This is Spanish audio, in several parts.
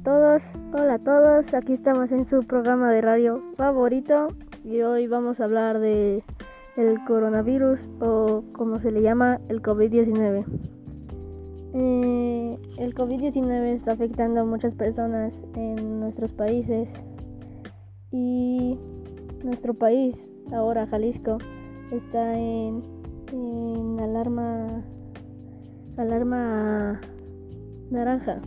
hola a todos, aquí estamos en su programa de radio favorito y hoy vamos a hablar de el coronavirus o como se le llama, el COVID-19. El COVID-19 está afectando a muchas personas en nuestros países y nuestro país, ahora Jalisco, está en alarma naranja.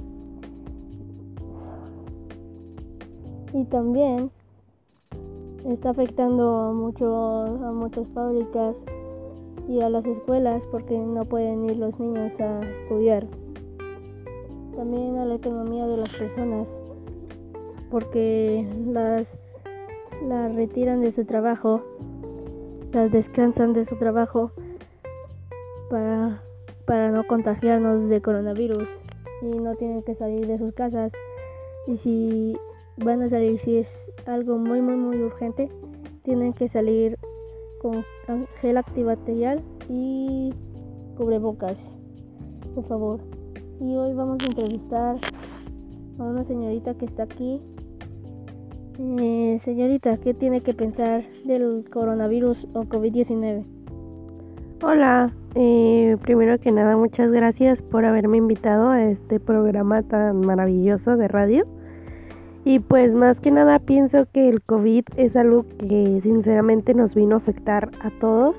Y también está afectando a muchas fábricas y a las escuelas porque no pueden ir los niños a estudiar. También a la economía de las personas porque las retiran de su trabajo, las descansan de su trabajo para no contagiarnos de coronavirus y no tienen que salir de sus casas. Y si van a salir, si es algo muy urgente, tienen que salir con gel antibacterial y cubrebocas, por favor. Y hoy vamos a entrevistar a una señorita que está aquí. Señorita, ¿qué tiene que pensar del coronavirus o COVID-19? Hola, primero que nada muchas gracias por haberme invitado a este programa tan maravilloso de radio. Y pues más que nada pienso que el COVID es algo que sinceramente nos vino a afectar a todos,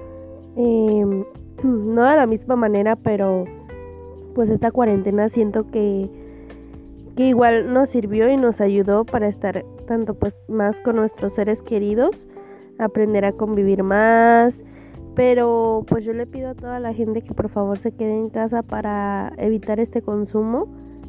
no de la misma manera, pero pues esta cuarentena siento que igual nos sirvió y nos ayudó para estar tanto pues más con nuestros seres queridos, aprender a convivir más, pero pues yo le pido a toda la gente que por favor se quede en casa para evitar este consumo.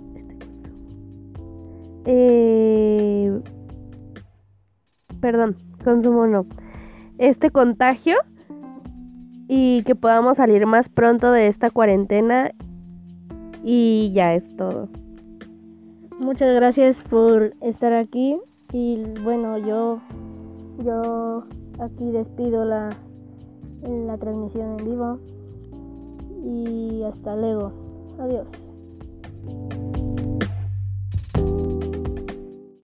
Este contagio, y que podamos salir más pronto de esta cuarentena, y ya es todo. Muchas gracias por estar aquí y bueno, yo aquí despido la transmisión en vivo y hasta luego. Adiós.